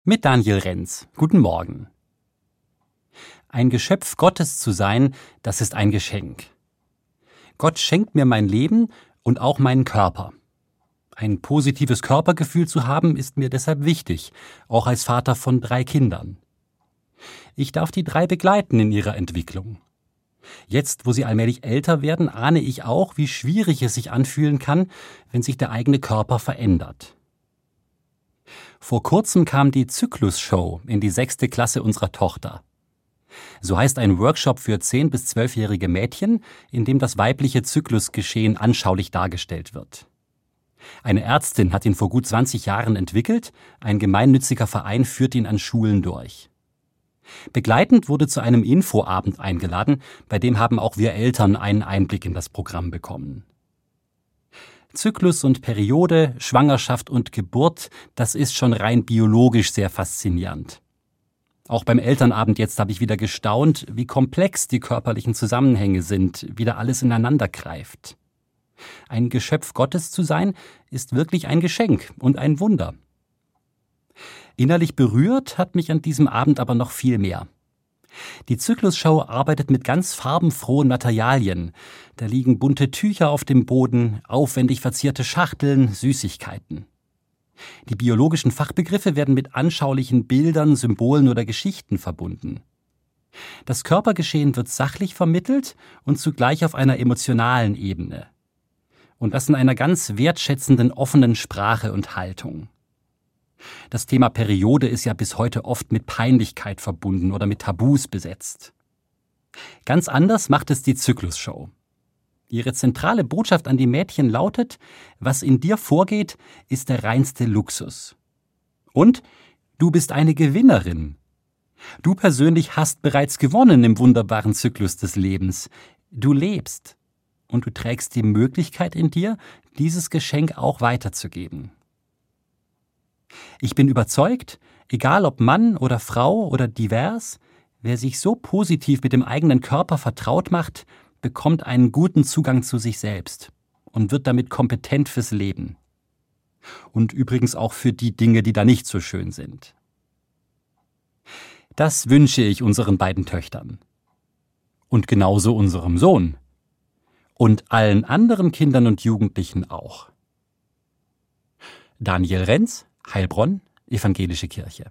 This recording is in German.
Mit Daniel Renz. Guten Morgen. Ein Geschöpf Gottes zu sein, das ist ein Geschenk. Gott schenkt mir mein Leben und auch meinen Körper. Ein positives Körpergefühl zu haben, ist mir deshalb wichtig, auch als Vater von 3 Kindern. Ich darf die 3 begleiten in ihrer Entwicklung. Jetzt, wo sie allmählich älter werden, ahne ich auch, wie schwierig es sich anfühlen kann, wenn sich der eigene Körper verändert. Vor kurzem kam die Zyklus-Show in die 6. Klasse unserer Tochter. So heißt ein Workshop für 10- bis 12-jährige Mädchen, in dem das weibliche Zyklusgeschehen anschaulich dargestellt wird. Eine Ärztin hat ihn vor gut 20 Jahren entwickelt, ein gemeinnütziger Verein führt ihn an Schulen durch. Begleitend wurde zu einem Infoabend eingeladen, bei dem haben auch wir Eltern einen Einblick in das Programm bekommen. Zyklus und Periode, Schwangerschaft und Geburt, das ist schon rein biologisch sehr faszinierend. Auch beim Elternabend jetzt habe ich wieder gestaunt, wie komplex die körperlichen Zusammenhänge sind, wie da alles ineinander greift. Ein Geschöpf Gottes zu sein, ist wirklich ein Geschenk und ein Wunder. Innerlich berührt hat mich an diesem Abend aber noch viel mehr. Die Zyklus-Show arbeitet mit ganz farbenfrohen Materialien. Da liegen bunte Tücher auf dem Boden, aufwendig verzierte Schachteln, Süßigkeiten. Die biologischen Fachbegriffe werden mit anschaulichen Bildern, Symbolen oder Geschichten verbunden. Das Körpergeschehen wird sachlich vermittelt und zugleich auf einer emotionalen Ebene. Und das in einer ganz wertschätzenden, offenen Sprache und Haltung. Das Thema Periode ist ja bis heute oft mit Peinlichkeit verbunden oder mit Tabus besetzt. Ganz anders macht es die Zyklus-Show. Ihre zentrale Botschaft an die Mädchen lautet: Was in dir vorgeht, ist der reinste Luxus. Und du bist eine Gewinnerin. Du persönlich hast bereits gewonnen im wunderbaren Zyklus des Lebens. Du lebst. Und du trägst die Möglichkeit in dir, dieses Geschenk auch weiterzugeben. Ich bin überzeugt, egal ob Mann oder Frau oder divers, wer sich so positiv mit dem eigenen Körper vertraut macht, bekommt einen guten Zugang zu sich selbst und wird damit kompetent fürs Leben. Und übrigens auch für die Dinge, die da nicht so schön sind. Das wünsche ich unseren beiden Töchtern. Und genauso unserem Sohn. Und allen anderen Kindern und Jugendlichen auch. Daniel Renz, Heilbronn, Evangelische Kirche.